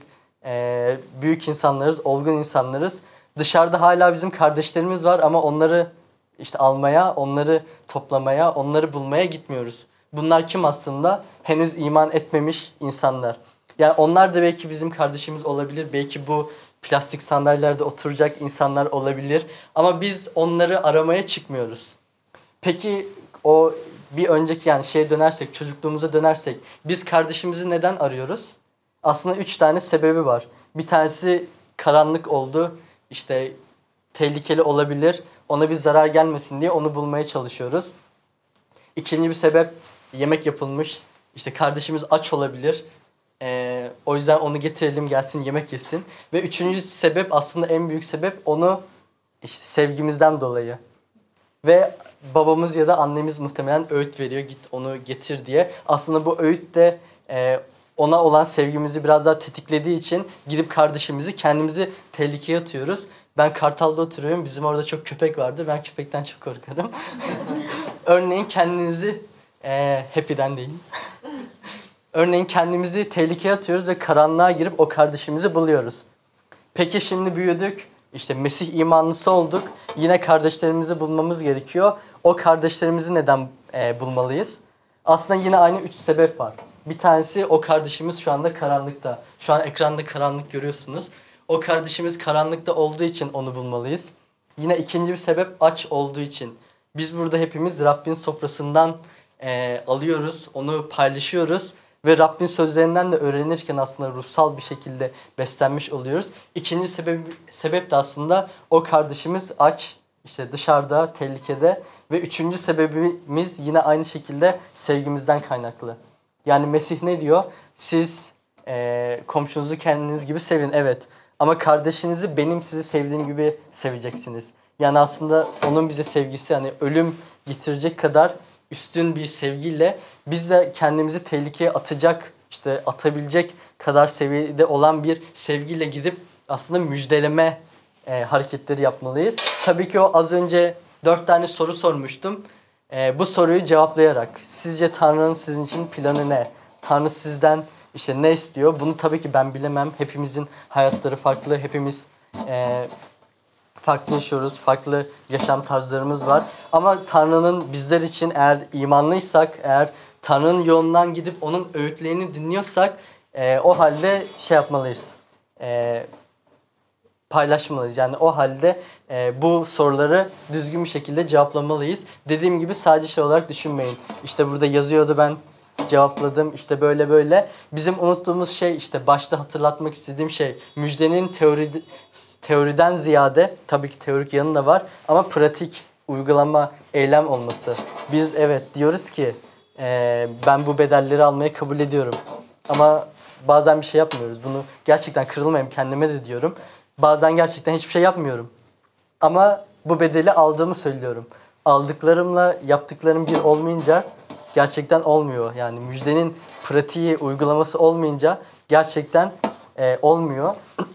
büyük insanlarız, olgun insanlarız. Dışarıda hala bizim kardeşlerimiz var ama onları işte almaya, onları toplamaya, onları bulmaya gitmiyoruz. Bunlar kim aslında? Henüz iman etmemiş insanlar. Yani onlar da belki bizim kardeşimiz olabilir. Belki bu plastik sandalyelerde oturacak insanlar olabilir. Ama biz onları aramaya çıkmıyoruz. Peki o bir önceki, yani şeye dönersek, çocukluğumuza dönersek, biz kardeşimizi neden arıyoruz? Aslında 3 tane sebebi var. Bir tanesi karanlık oldu, işte tehlikeli olabilir, ona bir zarar gelmesin diye onu bulmaya çalışıyoruz. İkinci bir sebep, yemek yapılmış, işte kardeşimiz aç olabilir. O yüzden onu getirelim, gelsin yemek yesin. Ve üçüncü sebep, aslında en büyük sebep, onu işte sevgimizden dolayı. Ve babamız ya da annemiz muhtemelen öğüt veriyor, git onu getir diye. Aslında bu öğüt de ona olan sevgimizi biraz daha tetiklediği için gidip kardeşimizi, kendimizi tehlikeye atıyoruz. Ben Kartal'da oturuyorum, bizim orada çok köpek vardı, ben köpekten çok korkarım. Örneğin kendinizi, Happy'den değil. Örneğin kendimizi tehlikeye atıyoruz ve karanlığa girip o kardeşimizi buluyoruz. Peki şimdi büyüdük, işte Mesih imanlısı olduk. Yine kardeşlerimizi bulmamız gerekiyor. O kardeşlerimizi neden bulmalıyız? Aslında yine aynı 3 sebep var. Bir tanesi, o kardeşimiz şu anda karanlıkta. Şu an ekranda karanlık görüyorsunuz. O kardeşimiz karanlıkta olduğu için onu bulmalıyız. Yine ikinci bir sebep, aç olduğu için. Biz burada hepimiz Rabbin sofrasından alıyoruz, onu paylaşıyoruz. Ve Rabbin sözlerinden de öğrenirken aslında ruhsal bir şekilde beslenmiş oluyoruz. İkinci sebep de aslında o kardeşimiz aç, işte dışarıda, tehlikede. Ve üçüncü sebebimiz yine aynı şekilde sevgimizden kaynaklı. Yani Mesih ne diyor? Siz komşunuzu kendiniz gibi sevin, evet. Ama kardeşinizi benim sizi sevdiğim gibi seveceksiniz. Yani aslında onun bize sevgisi hani ölüm getirecek kadar üstün bir sevgiyle biz de kendimizi tehlikeye atacak, işte atabilecek kadar seviyede olan bir sevgiyle gidip aslında müjdeleme hareketleri yapmalıyız. Tabii ki o az önce 4 tane soru sormuştum. Bu soruyu cevaplayarak sizce Tanrı'nın sizin için planı ne? Tanrı sizden işte ne istiyor? Bunu tabii ki ben bilemem. Hepimizin hayatları farklı. Hepimiz farklı yaşıyoruz. Farklı yaşam tarzlarımız var. Ama Tanrı'nın bizler için eğer imanlıysak, eğer Tanrı'nın yolundan gidip onun öğütlerini dinliyorsak o halde şey yapmalıyız. Paylaşmalıyız. Yani o halde bu soruları düzgün bir şekilde cevaplamalıyız. Dediğim gibi sadece şey olarak düşünmeyin. İşte burada yazıyordu ben cevapladım işte böyle böyle. Bizim unuttuğumuz şey işte başta hatırlatmak istediğim şey müjdenin teoriden ziyade tabii ki teorik yanı da var ama pratik uygulama eylem olması. Biz evet diyoruz ki ben bu bedelleri almayı kabul ediyorum. Ama bazen bir şey yapmıyoruz. Bunu gerçekten kırılmayayım kendime de diyorum. Bazen gerçekten hiçbir şey yapmıyorum. Ama bu bedeli aldığımı söylüyorum. Aldıklarımla yaptıklarım bir olmayınca gerçekten olmuyor. Yani müjdenin pratiği, uygulaması olmayınca gerçekten olmuyor.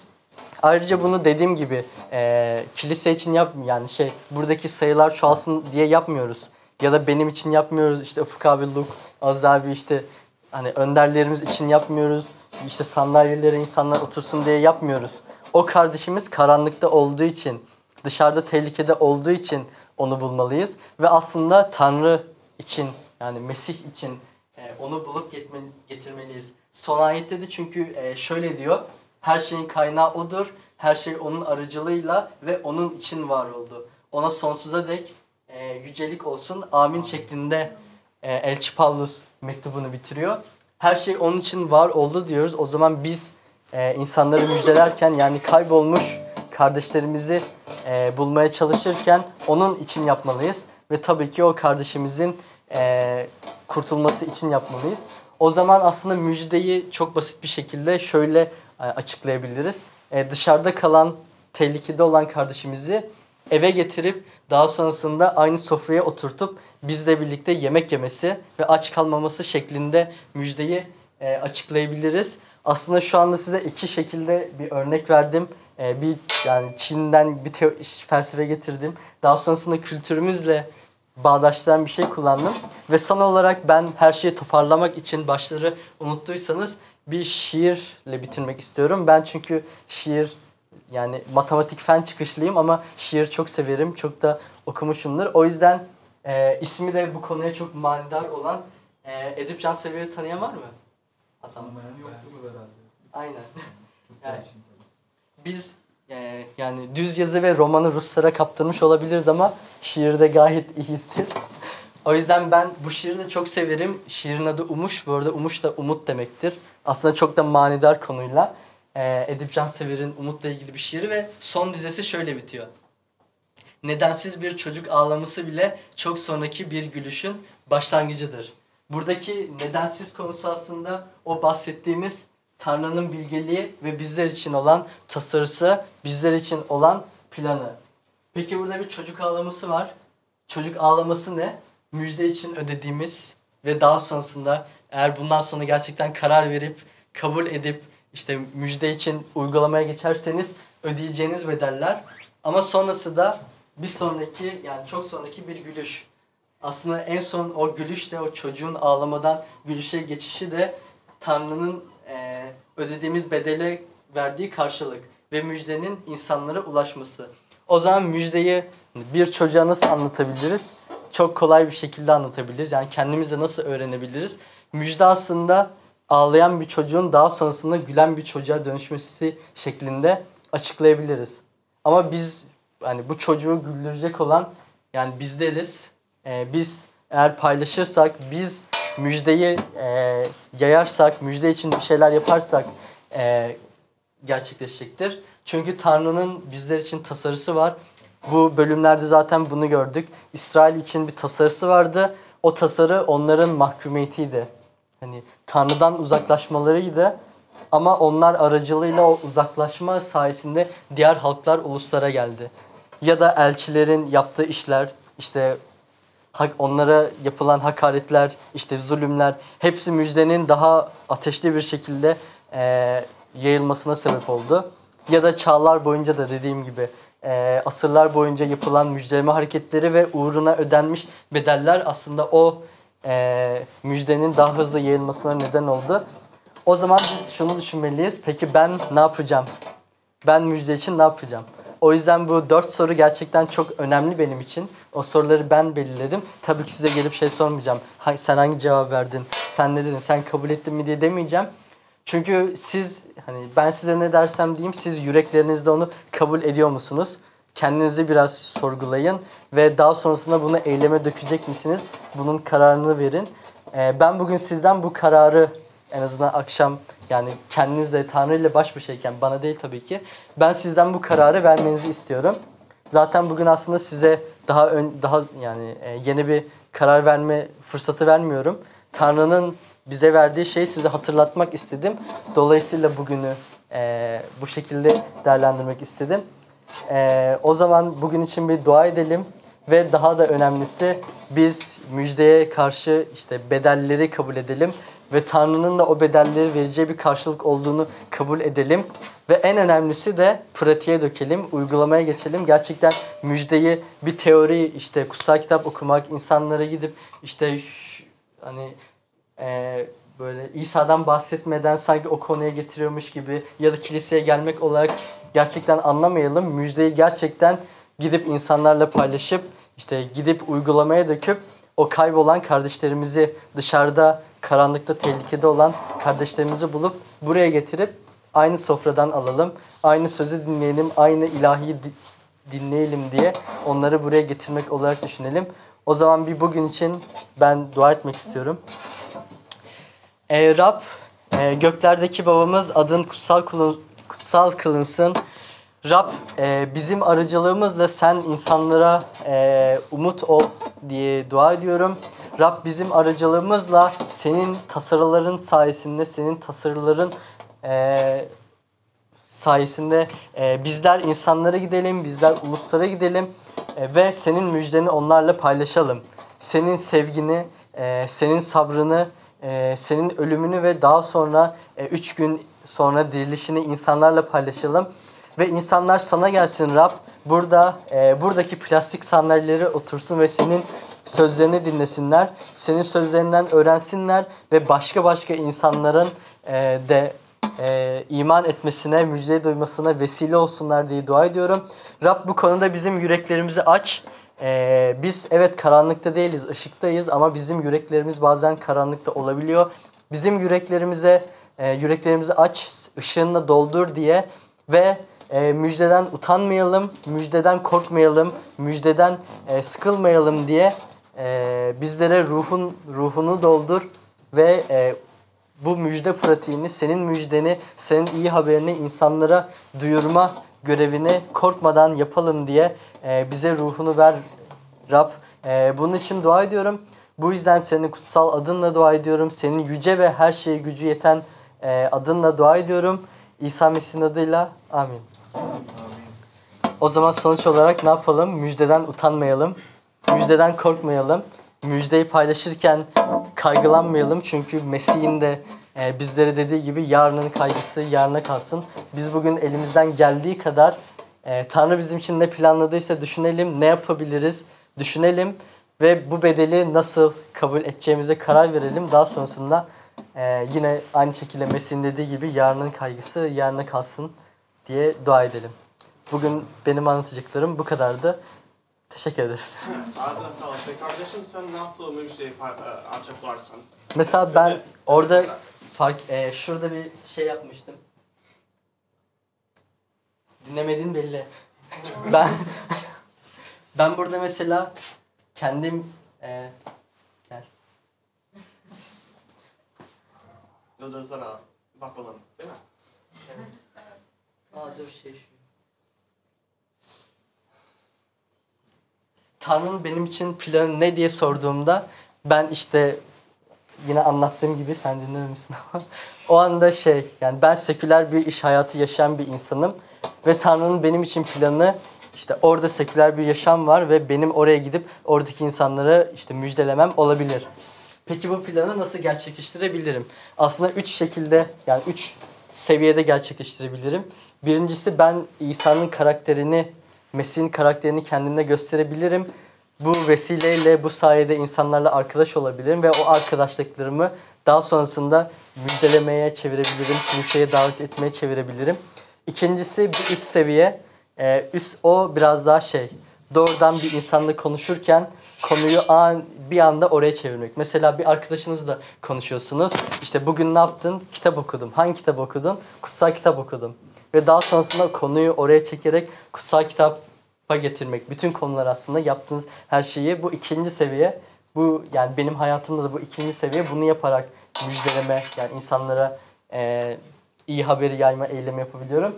Ayrıca bunu dediğim gibi kilise için yani buradaki sayılar çoğalsın diye yapmıyoruz. Ya da benim için yapmıyoruz. İşte Ufuk abi, Luke, Aziz abi işte hani önderlerimiz için yapmıyoruz. İşte sandalyelere insanlar otursun diye yapmıyoruz. O kardeşimiz karanlıkta olduğu için, dışarıda tehlikede olduğu için onu bulmalıyız. Ve aslında Tanrı için yani Mesih için onu bulup getirmeliyiz. Son ayette de çünkü şöyle diyor. Her şeyin kaynağı odur. Her şey onun aracılığıyla ve onun için var oldu. Ona sonsuza dek yücelik olsun. Amin şeklinde Elçi Pavlus mektubunu bitiriyor. Her şey onun için var oldu diyoruz. O zaman biz insanları müjdelerken yani kaybolmuş kardeşlerimizi bulmaya çalışırken onun için yapmalıyız. Ve tabii ki o kardeşimizin kurtulması için yapmalıyız. O zaman aslında müjdeyi çok basit bir şekilde şöyle açıklayabiliriz. Dışarıda kalan, tehlikede olan kardeşimizi eve getirip daha sonrasında aynı sofraya oturtup bizle birlikte yemek yemesi ve aç kalmaması şeklinde müjdeyi açıklayabiliriz. Aslında şu anda size iki şekilde bir örnek verdim. Bir yani Çin'den bir felsefe getirdim. Daha sonrasında kültürümüzle bağdaştıran bir şey kullandım. Ve son olarak ben her şeyi toparlamak için başları unuttuysanız bir şiirle bitirmek istiyorum. Ben çünkü şiir yani matematik fen çıkışlıyım ama şiir çok severim. Çok da okumuşumdur. O yüzden ismi de bu konuya çok manidar olan Edip Cansever'i tanıyan var mı? Yoktur herhalde. Aynen. Yani, biz yani düz yazı ve romanı Ruslara kaptırmış olabiliriz ama şiirde gayet iyiyizdir. O yüzden ben bu şiiri de çok severim. Şiirin adı Umuş. Bu arada Umuş da umut demektir. Aslında çok da manidar konuyla. Edip Cansever'in Umut'la ilgili bir şiiri ve son dizesi şöyle bitiyor. Nedensiz bir çocuk ağlaması bile çok sonraki bir gülüşün başlangıcıdır. Buradaki nedensiz konusu aslında o bahsettiğimiz Tanrı'nın bilgeliği ve bizler için olan tasarısı, bizler için olan planı. Peki burada bir çocuk ağlaması var. Çocuk ağlaması ne? Müjde için ödediğimiz ve daha sonrasında eğer bundan sonra gerçekten karar verip, kabul edip işte müjde için uygulamaya geçerseniz ödeyeceğiniz bedeller. Ama sonrası da bir sonraki yani çok sonraki bir gülüş. Aslında en son o gülüş de o çocuğun ağlamadan gülüşe geçişi de Tanrı'nın ödediğimiz bedele verdiği karşılık ve müjdenin insanlara ulaşması. O zaman müjdeyi bir çocuğa nasıl anlatabiliriz? Çok kolay bir şekilde anlatabiliriz. Yani kendimizde nasıl öğrenebiliriz? Müjde aslında ağlayan bir çocuğun daha sonrasında gülen bir çocuğa dönüşmesi şeklinde açıklayabiliriz. Ama biz yani bu çocuğu güldürecek olan yani bizleriz. Biz eğer paylaşırsak, biz müjdeyi yayarsak, müjde için bir şeyler yaparsak gerçekleşecektir. Çünkü Tanrı'nın bizler için tasarısı var. Bu bölümlerde zaten bunu gördük. İsrail için bir tasarısı vardı. O tasarı onların mahkumiyetiydi. Hani Tanrı'dan uzaklaşmalarıydı. Ama onlar aracılığıyla o uzaklaşma sayesinde diğer halklar uluslara geldi. Ya da elçilerin yaptığı işler, işte onlara yapılan hakaretler, işte zulümler, hepsi müjdenin daha ateşli bir şekilde yayılmasına sebep oldu. Ya da çağlar boyunca da dediğim gibi asırlar boyunca yapılan müjdeleme hareketleri ve uğruna ödenmiş bedeller aslında o müjdenin daha hızlı yayılmasına neden oldu. O zaman biz şunu düşünmeliyiz. Peki ben ne yapacağım? Ben müjde için ne yapacağım? O yüzden bu 4 soru gerçekten çok önemli benim için. O soruları ben belirledim. Tabii ki size gelip şey sormayacağım. Sen hangi cevap verdin? Sen ne dedin? Sen kabul ettin mi diye demeyeceğim. Çünkü siz, hani ben size ne dersem diyeyim, siz yüreklerinizde onu kabul ediyor musunuz? Kendinizi biraz sorgulayın ve daha sonrasında bunu eyleme dökecek misiniz? Bunun kararını verin. Ben bugün sizden bu kararı, en azından akşam, yani kendinizle, Tanrı ile baş başayken, bana değil tabii ki, ben sizden bu kararı vermenizi istiyorum. Zaten bugün aslında size daha yeni bir karar verme fırsatı vermiyorum. Tanrı'nın bize verdiği şeyi size hatırlatmak istedim. Dolayısıyla bugünü bu şekilde değerlendirmek istedim. O zaman bugün için bir dua edelim ve daha da önemlisi biz müjdeye karşı işte bedelleri kabul edelim ve Tanrı'nın da o bedelleri vereceği bir karşılık olduğunu kabul edelim ve en önemlisi de pratiğe dökelim, uygulamaya geçelim. Gerçekten müjdeyi bir teori, işte kutsal kitap okumak, insanlara gidip işte hani böyle İsa'dan bahsetmeden sanki o konuya getiriyormuş gibi ya da kiliseye gelmek olarak gerçekten anlamayalım. Müjdeyi gerçekten gidip insanlarla paylaşıp, işte gidip uygulamaya döküp o kaybolan kardeşlerimizi, dışarıda karanlıkta tehlikede olan kardeşlerimizi bulup buraya getirip aynı sofradan alalım. Aynı sözü dinleyelim, aynı ilahiyi dinleyelim diye onları buraya getirmek olarak düşünelim. O zaman bir bugün için ben dua etmek istiyorum. Rab, göklerdeki babamız, adın kutsal kılınsın. Rab, bizim aracılığımızla sen insanlara umut ol diye dua ediyorum. Rab, bizim aracılığımızla senin tasarıların sayesinde, senin tasarıların sayesinde bizler insanlara gidelim, bizler uluslara gidelim ve senin müjdeni onlarla paylaşalım. Senin sevgini, senin sabrını, senin ölümünü ve daha sonra 3 gün sonra dirilişini insanlarla paylaşalım. Ve insanlar sana gelsin Rab. Buradaki plastik sandalyeleri otursun ve senin sözlerini dinlesinler. Senin sözlerinden öğrensinler ve başka insanların iman etmesine, müjdeyi duymasına vesile olsunlar diye dua ediyorum. Rab, bu konuda bizim yüreklerimizi aç. Biz evet karanlıkta değiliz, ışıktayız ama bizim yüreklerimiz bazen karanlıkta olabiliyor. Bizim yüreklerimizi aç, ışığınla doldur diye ve müjdeden utanmayalım, müjdeden korkmayalım, müjdeden sıkılmayalım diye bizlere ruhunu doldur ve bu müjde pratiğini, senin müjdeni, senin iyi haberini insanlara duyurma görevini korkmadan yapalım diye bize ruhunu ver Rab. Bunun için dua ediyorum. Bu yüzden senin kutsal adınla dua ediyorum. Senin yüce ve her şeye gücü yeten adınla dua ediyorum. İsa Mesih'in adıyla. Amin. O zaman sonuç olarak ne yapalım? Müjdeden utanmayalım. Müjdeden korkmayalım. Müjdeyi paylaşırken kaygılanmayalım. Çünkü Mesih'in de bizlere dediği gibi yarının kaygısı yarına kalsın. Biz bugün elimizden geldiği kadar Tanrı bizim için ne planladıysa düşünelim, ne yapabiliriz düşünelim ve bu bedeli nasıl kabul edeceğimize karar verelim. Daha sonrasında yine aynı şekilde Mesih'in dediği gibi yarının kaygısı yarına kalsın diye dua edelim. Bugün benim anlatacaklarım bu kadardı. Teşekkür ederim. Ağzına sağlık. Kardeşim sen nasıl müjdeyi açıklarsın? Mesela ben orada şurada bir şey yapmıştım. Dinlemediğin belli. Ben burada mesela kendim gel. yıldızlara bakalım, değil mi? Evet. Aa, dur şey şu. Tanrı'nın benim için planı ne diye sorduğumda ben işte yine anlattığım gibi sen dinlememişsin ama o anda yani ben seküler bir iş hayatı yaşayan bir insanım ve Tanrı'nın benim için planı işte orada seküler bir yaşam var ve benim oraya gidip oradaki insanlara işte müjdelemem olabilir. Peki bu planı nasıl gerçekleştirebilirim? Aslında 3 şekilde yani 3 seviyede gerçekleştirebilirim. Birincisi ben İsa'nın karakterini, Mesih'in karakterini kendimde gösterebilirim. Bu vesileyle, bu sayede insanlarla arkadaş olabilirim ve o arkadaşlıklarımı daha sonrasında müjdelemeye çevirebilirim, kiliseye davet etmeye çevirebilirim. İkincisi bir üst seviye, o biraz daha doğrudan bir insanla konuşurken konuyu bir anda oraya çevirmek. Mesela bir arkadaşınızla konuşuyorsunuz. İşte bugün ne yaptın? Kitap okudum. Hangi kitap okudun? Kutsal kitap okudum. Ve daha sonrasında konuyu oraya çekerek kutsal kitapa getirmek. Bütün konular aslında yaptığınız her şeyi bu ikinci seviye. Bu yani benim hayatımda da bu ikinci seviye. Bunu yaparak müjdeleme yani insanlara iyi haberi yayma eylemi yapabiliyorum.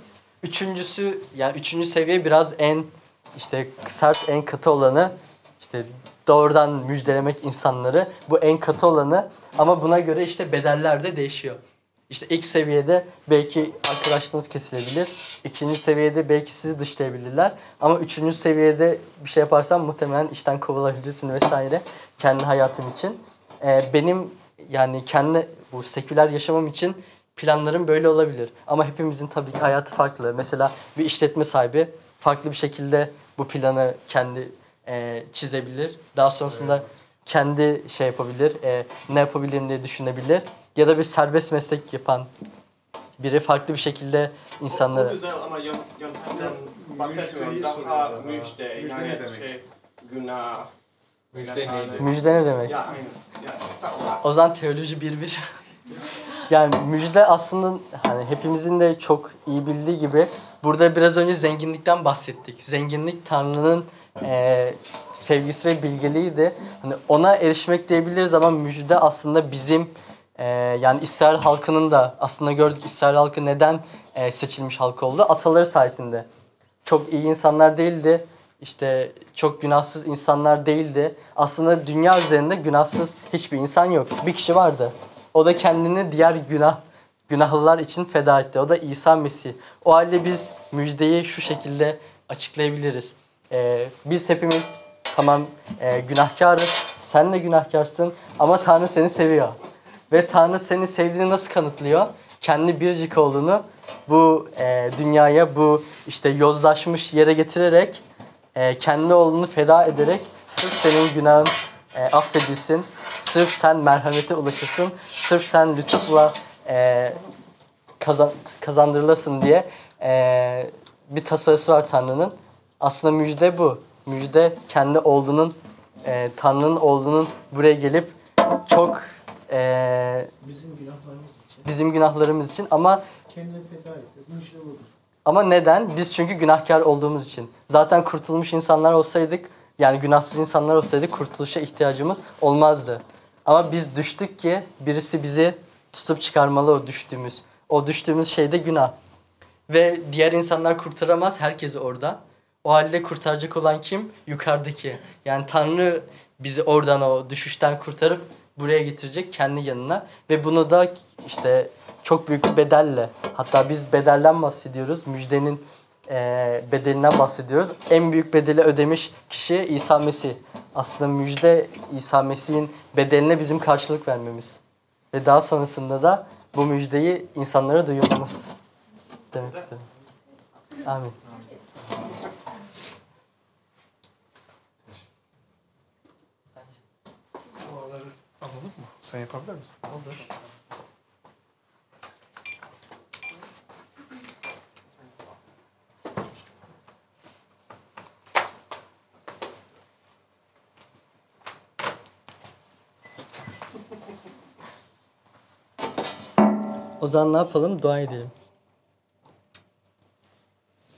Üçüncü seviye biraz en sert, en katı olanı işte doğrudan müjdelemek insanları. Bu en katı olanı ama buna göre işte bedeller de değişiyor. İşte ilk seviyede belki arkadaşlığınız kesilebilir. İkinci seviyede belki sizi dışlayabilirler. Ama üçüncü seviyede bir şey yaparsan muhtemelen işten kovulabilirsin vesaire. Kendi hayatım için. Benim yani kendi bu seküler yaşamım için planlarım böyle olabilir. Ama hepimizin tabii ki hayatı farklı. Mesela bir işletme sahibi farklı bir şekilde bu planı kendi çizebilir. Daha sonrasında kendi yapabilir. Ne yapabilirim diye düşünebilir. Ya da bir serbest meslek yapan biri farklı bir şekilde Bu insanlara... güzel ama yöntemden bahsetmiyorum. Müjdeyi Daha soruyordu. müjde, Müjde yani ne demek? Günah. Müjde neydi? Müjde ne demek? Ya aynen. Ya, sağ ol. O zaman teoloji 1-1. Yani müjde aslında hani hepimizin de çok iyi bildiği gibi burada biraz önce zenginlikten bahsettik. Zenginlik Tanrı'nın sevgisi ve bilgeliğiydi. Hani ona erişmek diyebiliriz ama müjde aslında bizim yani İsrail halkının da aslında gördük İsrail halkı neden seçilmiş halk oldu? Ataları sayesinde. Çok iyi insanlar değildi. İşte çok günahsız insanlar değildi. Aslında dünya üzerinde günahsız hiçbir insan yok. Bir kişi vardı. O da kendini diğer günahlılar için feda etti. O da İsa Mesih. O halde biz müjdeyi şu şekilde açıklayabiliriz. Biz hepimiz tamam günahkarız. Sen de günahkarsın ama Tanrı seni seviyor. Ve Tanrı seni sevdiğini nasıl kanıtlıyor? Kendi biricik oğlunu bu dünyaya, bu işte yozlaşmış yere getirerek, kendi oğlunu feda ederek sırf senin günahın affedilsin, sırf sen merhamete ulaşırsın, sırf sen lütufla kazandırılasın diye bir tasarısı var Tanrı'nın. Aslında müjde bu. Müjde kendi oğlunun, Tanrı'nın oğlunun buraya gelip çok bizim günahlarımız için ama Kendini feda etti. Bu işte budur. ama neden? Biz çünkü günahkar olduğumuz için. Zaten kurtulmuş insanlar olsaydık, yani günahsız insanlar olsaydık kurtuluşa ihtiyacımız olmazdı. Ama biz düştük ki birisi bizi tutup çıkarmalı o düştüğümüz. O düştüğümüz şey de günah. Ve diğer insanlar kurtaramaz, herkes orada. O halde kurtaracak olan kim? Yukarıdaki. Yani Tanrı bizi oradan o düşüşten kurtarıp buraya getirecek kendi yanına. Ve bunu da işte çok büyük bir bedelle. Hatta biz bedelden bahsediyoruz. Müjdenin bedelinden bahsediyoruz. En büyük bedeli ödemiş kişi İsa Mesih. Aslında müjde İsa Mesih'in bedeline bizim karşılık vermemiz. Ve daha sonrasında da bu müjdeyi insanlara duyurmamız demek istedim. Amin. Duaları alalım mı? Sen yapabilir misin? Olur. O zaman ne yapalım? Dua edelim.